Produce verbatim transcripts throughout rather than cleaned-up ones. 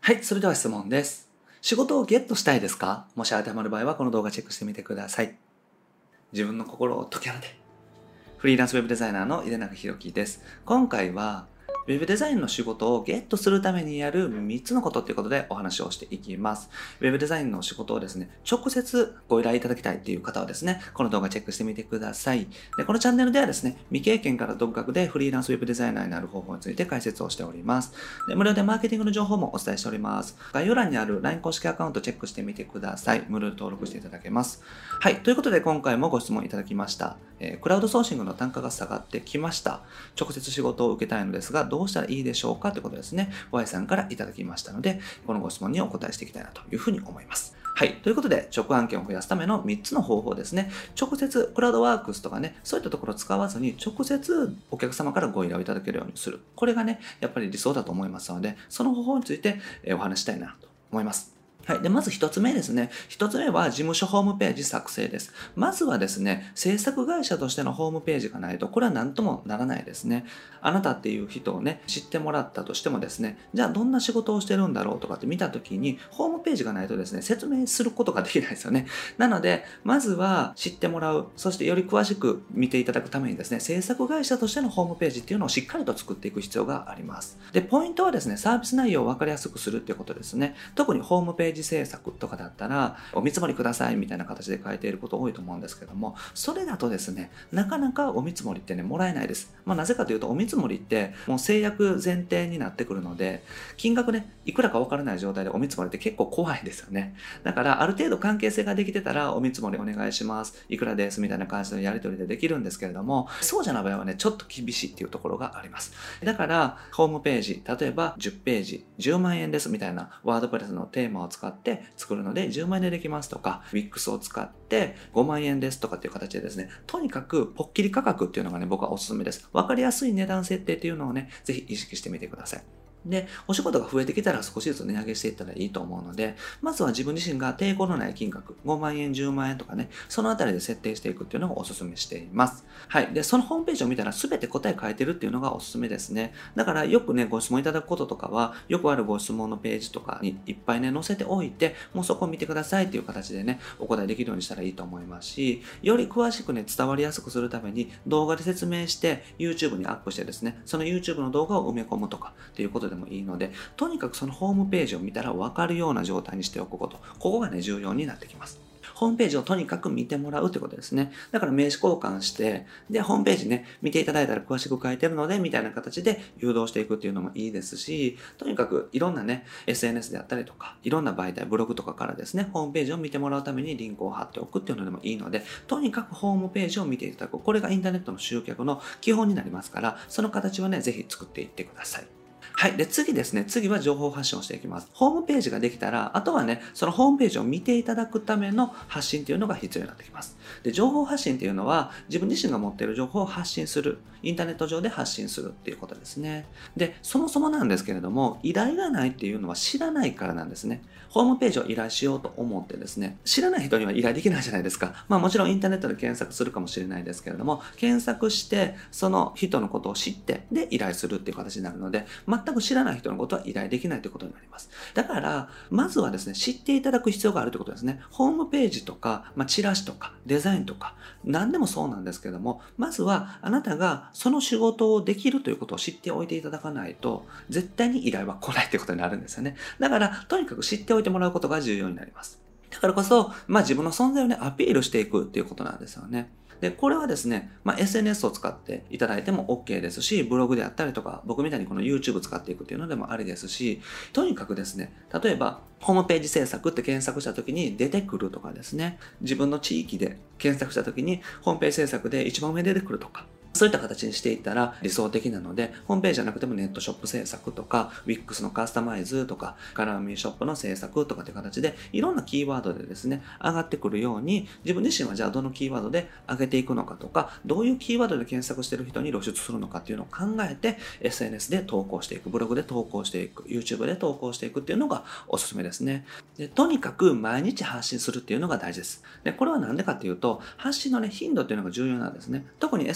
はい、それでは質問です。仕事をゲットしたいですか？もし当てはまる場合はこの動画チェックしてみてください。自分の心を解き放て。フリーランスウェブデザイナーの井出中弘樹です。今回はウェブデザインの仕事をゲットするためにやるみっつのことということでお話をしていきます。ウェブデザインの仕事をですね、直接ご依頼いただきたいという方はですね、この動画チェックしてみてください。で、このチャンネルではですね、未経験から独学でフリーランスウェブデザイナーになる方法について解説をしております。で、無料でマーケティングの情報もお伝えしております。概要欄にある ライン 公式アカウントチェックしてみてください。無料で登録していただけます。はい、ということで今回もご質問いただきました。えー、クラウドソーシングの単価が下がってきました。直接仕事を受けたいのですが、どうしたらいいでしょうかということですね。Y さんからいただきましたので、このご質問にお答えしていきたいなというふうに思います。はい。ということで、直案件を増やすためのみっつの方法ですね。直接、クラウドワークスとかね、そういったところを使わずに、直接お客様からご依頼をいただけるようにする。これがね、やっぱり理想だと思いますので、その方法についてお話したいなと思います。はい。で、まず一つ目ですね。一つ目は事務所ホームページ作成です。まずはですね、制作会社としてのホームページがないと、これは何ともならないですね。あなたっていう人をね、知ってもらったとしてもですね、じゃあどんな仕事をしてるんだろうとかって見たときに、ホームページがないとですね、説明することができないですよね。なので、まずは知ってもらう、そしてより詳しく見ていただくためにですね、制作会社としてのホームページっていうのをしっかりと作っていく必要があります。で、ポイントはですね、サービス内容を分かりやすくするっていうことですね。特にホームページ制作とかだったら、お見積もりくださいみたいな形で書いていること多いと思うんですけども、それだとですね、なかなかお見積もりってね、もらえないです。まあなぜかというと、お見積もりってもう制約前提になってくるので、金額ね、いくらか分からない状態でお見積もりって結構怖いんですよね。だから、ある程度関係性ができてたら、お見積もりお願いします。いくらですみたいな感じのやり取りでできるんですけれども、そうじゃない場合はね、ちょっと厳しいっていうところがあります。だから、ホームページ、例えばじゅっページ、じゅうまんえんですみたいなワードプレスのテーマを使って作るのでじゅうまんえんでできますとか、ウィックス を使ってごまんえんですとかっていう形でですね、とにかくポッキリ価格っていうのがね、僕はおすすめです。わかりやすい値段設定っていうのをね、ぜひ意識してみてください。で、お仕事が増えてきたら少しずつ値上げしていったらいいと思うので、まずは自分自身が抵抗のない金額、ごまんえん、じゅうまんえんとかね、そのあたりで設定していくっていうのをお勧めしています。はい。で、そのホームページを見たら全て答え書いてるっていうのがおすすめですね。だからよくね、ご質問いただくこととかは、よくあるご質問のページとかにいっぱいね、載せておいて、もうそこを見てくださいっていう形でね、お答えできるようにしたらいいと思いますし、より詳しくね、伝わりやすくするために動画で説明して YouTube にアップしてですね、その YouTube の動画を埋め込むとかっていうことでもいいので、とにかくそのホームページを見たら分かるような状態にしておくこと。ここがね、重要になってきます。ホームページをとにかく見てもらうということですね。だから名刺交換して、で、ホームページね、見ていただいたら詳しく書いてるので、みたいな形で誘導していくっていうのもいいですし、とにかくいろんなね、エスエヌエス であったりとか、いろんな媒体、ブログとかからですね、ホームページを見てもらうためにリンクを貼っておくっていうのでもいいので、とにかくホームページを見ていただく。これがインターネットの集客の基本になりますから、その形はね、ぜひ作っていってください。はい。で、次ですね。次は情報発信をしていきます。ホームページができたら、あとはね、そのホームページを見ていただくための発信っていうのが必要になってきます。で、情報発信っていうのは、自分自身が持っている情報を発信する。インターネット上で発信するっていうことですね。で、そもそもなんですけれども、依頼がないっていうのは知らないからなんですね。ホームページを依頼しようと思ってですね、知らない人には依頼できないじゃないですか。まあもちろんインターネットで検索するかもしれないですけれども、検索して、その人のことを知って、で依頼するっていう形になるので、全く知らない人のことは依頼できないということになります。だから、まずはですね、知っていただく必要があるということですね。ホームページとか、まあ、チラシとか、デザインとか、何でもそうなんですけども、まずはあなたがその仕事をできるということを知っておいていただかないと、絶対に依頼は来ないということになるんですよね。だから、とにかく知っておいてもらうことが重要になります。だからこそ、まあ自分の存在をね、アピールしていくっていうことなんですよね。で、これはですね、まあ、エスエヌエス を使っていただいても OK ですし、ブログであったりとか、僕みたいにこの YouTube 使っていくっていうのでもありですし、とにかくですね、例えば、ホームページ制作って検索した時に出てくるとかですね、自分の地域で検索した時にホームページ制作で一番上に出てくるとか、そういった形にしていったら理想的なので、ホームページじゃなくてもネットショップ制作とか、ウィックス のカスタマイズとか、カラーミーショップの制作とかっていう形で、いろんなキーワードでですね、上がってくるように、自分自身はじゃあどのキーワードで上げていくのかとか、どういうキーワードで検索している人に露出するのかっていうのを考えて、エスエヌエス で投稿していく、ブログで投稿していく、YouTube で投稿していくっていうのがおすすめですね。で、とにかく毎日発信するっていうのが大事です。で、これはなんでかっていうと、発信のね、頻度っていうのが重要なんですね。特に エスエヌエス を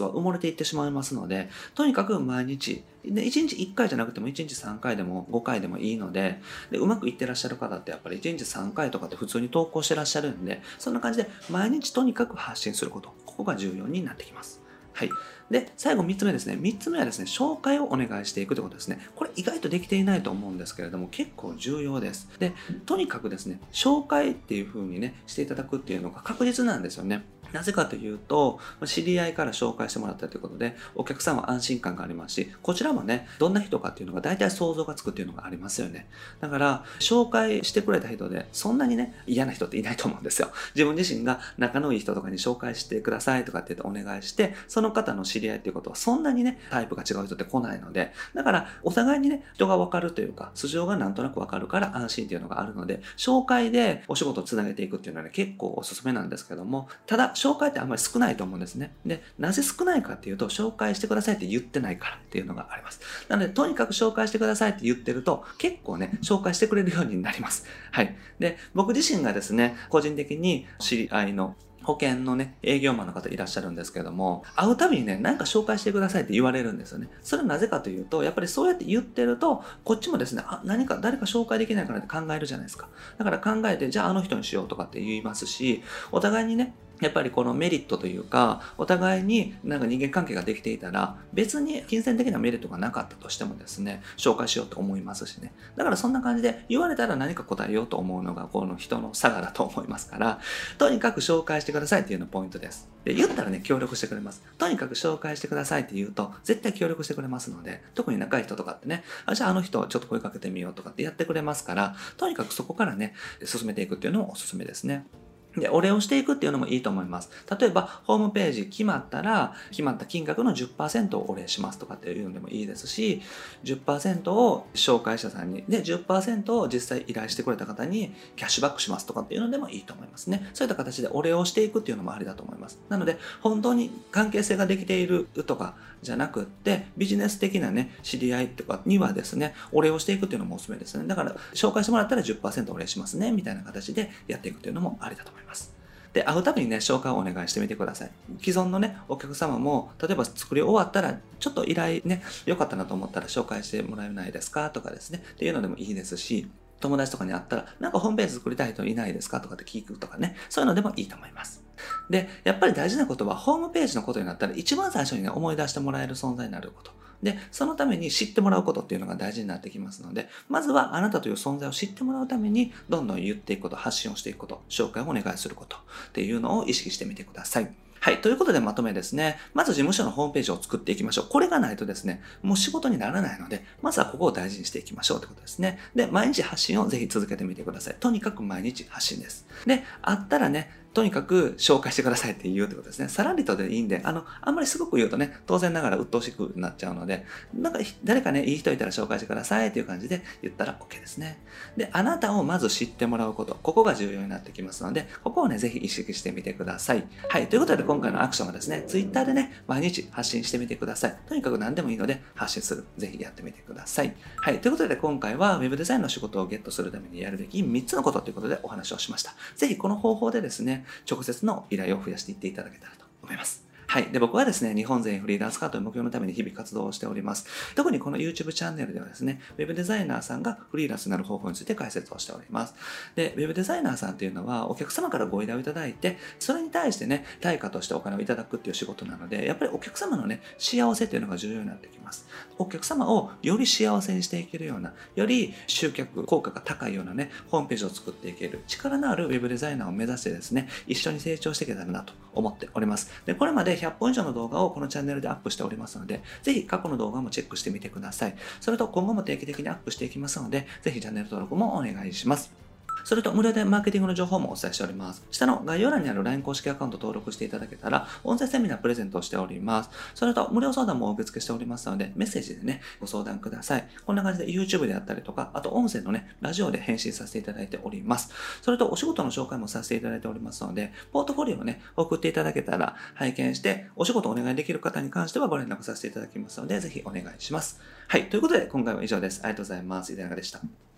が埋もれていってしまいますので、とにかく毎日、でいちにちいっかいじゃなくてもいちにちさんかいでもごかいでもいいので、でうまくいってらっしゃる方ってやっぱりいちにちさんかいとかって普通に投稿してらっしゃるんで、そんな感じで毎日とにかく発信すること、ここが重要になってきます。はい。で、最後みっつめですね。みっつめはですね、紹介をお願いしていくということですね。これ意外とできていないと思うんですけれども、結構重要です。で、とにかくですね、紹介っていう風にね、していただくっていうのが確実なんですよね。なぜかというと、知り合いから紹介してもらったということで、お客さんは安心感がありますし、こちらもね、どんな人かっていうのが大体想像がつくっていうのがありますよね。だから、紹介してくれた人で、そんなにね、嫌な人っていないと思うんですよ。自分自身が仲のいい人とかに紹介してくださいとかって言ってお願いして、その方の知り合いっていうことは、そんなにね、タイプが違う人って来ないので、だから、お互いにね、人がわかるというか、素性がなんとなくわかるから安心っていうのがあるので、紹介でお仕事をつなげていくっていうのはね、結構おすすめなんですけども、ただ、紹介ってあんまり少ないと思うんですね。で、なぜ少ないかっていうと、紹介してくださいって言ってないからっていうのがあります。なので、とにかく紹介してくださいって言ってると、結構ね、紹介してくれるようになります。はい。で、僕自身がですね、個人的に知り合いの保険のね、営業マンの方いらっしゃるんですけども、会うたびにね、何か紹介してくださいって言われるんですよね。それはなぜかというと、やっぱりそうやって言ってると、こっちもですね、あ、何か誰か紹介できないかなって考えるじゃないですか。だから考えて、じゃああの人にしようとかって言いますし、お互いにね、やっぱりこのメリットというか、お互いになんか人間関係ができていたら、別に金銭的なメリットがなかったとしてもですね、紹介しようと思いますしね。だからそんな感じで言われたら何か答えようと思うのがこの人の差がだと思いますから、とにかく紹介してくださいっていうのがポイントです。で、言ったらね、協力してくれます。とにかく紹介してくださいって言うと、絶対協力してくれますので、特に仲いい人とかってね、あ、じゃああの人ちょっと声かけてみようとかってやってくれますから、とにかくそこからね、進めていくっていうのもおすすめですね。で、お礼をしていくっていうのもいいと思います。例えば、ホームページ決まったら、決まった金額のじゅっパーセントをお礼しますとかっていうのでもいいですし、じゅっパーセントを紹介者さんに、で、じゅっパーセントを実際依頼してくれた方にキャッシュバックしますとかっていうのでもいいと思いますね。そういった形でお礼をしていくっていうのもありだと思います。なので、本当に関係性ができているとかじゃなくって、ビジネス的なね、知り合いとかにはですね、お礼をしていくっていうのもおすすめですね。だから、紹介してもらったらじゅっパーセントお礼しますね、みたいな形でやっていくっていうのもありだと思います。で、会うたびにね、紹介をお願いしてみてください。既存のね、お客様も、例えば作り終わったら、ちょっと依頼ね、良かったなと思ったら紹介してもらえないですかとかですね、っていうのでもいいですし、友達とかに会ったら、なんかホームページ作りたい人いないですかとかって聞くとかね、そういうのでもいいと思います。で、やっぱり大事なことは、ホームページのことになったら、一番最初にね、思い出してもらえる存在になること。で、そのために知ってもらうことっていうのが大事になってきますので、まずはあなたという存在を知ってもらうために、どんどん言っていくこと、発信をしていくこと、紹介をお願いすることっていうのを意識してみてください。はい。ということでまとめですね。まず事務所のホームページを作っていきましょう。これがないとですね、もう仕事にならないので、まずはここを大事にしていきましょうということですね。で、毎日発信をぜひ続けてみてください。とにかく毎日発信です。で、あったらね、とにかく紹介してくださいって言うってことですね。さらりとでいいんで、あの、あんまりすごく言うとね、当然ながら鬱陶しくなっちゃうので、なんか誰かね、いい人いたら紹介してくださいっていう感じで言ったら OK ですね。で、あなたをまず知ってもらうこと、ここが重要になってきますので、ここをね、ぜひ意識してみてください。はい。ということで今回のアクションはですね、Twitter でね、毎日発信してみてください。とにかく何でもいいので発信する。ぜひやってみてください。はい。ということで今回は Web デザインの仕事をゲットするためにやるべきみっつのことということでお話をしました。ぜひこの方法でですね、直接の依頼を増やしていっていただけたらと思います。はい。で、僕はですね、日本全員フリーランス化という目標のために日々活動をしております。特にこの YouTube チャンネルではですね、Web デザイナーさんがフリーランスになる方法について解説をしております。で、Web デザイナーさんっていうのはお客様からご依頼をいただいて、それに対してね、対価としてお金をいただくっていう仕事なので、やっぱりお客様のね、幸せっていうのが重要になってきます。お客様をより幸せにしていけるような、より集客効果が高いようなね、ホームページを作っていける力のある Web デザイナーを目指してですね、一緒に成長していけたらなと思っております。で、これまでひゃっぽん以上の動画をこのチャンネルでアップしておりますので、ぜひ過去の動画もチェックしてみてください。それと今後も定期的にアップしていきますので、ぜひチャンネル登録もお願いします。それと無料でマーケティングの情報もお伝えしております。下の概要欄にある ライン 公式アカウント登録していただけたら、音声セミナープレゼントをしております。それと無料相談もお受け付けしておりますので、メッセージでね、ご相談ください。こんな感じで YouTube であったりとか、あと音声のね、ラジオで返信させていただいております。それとお仕事の紹介もさせていただいておりますので、ポートフォリオをね、送っていただけたら拝見して、お仕事をお願いできる方に関してはご連絡させていただきますので、ぜひお願いします。はい。ということで、今回は以上です。ありがとうございます。井出永でした。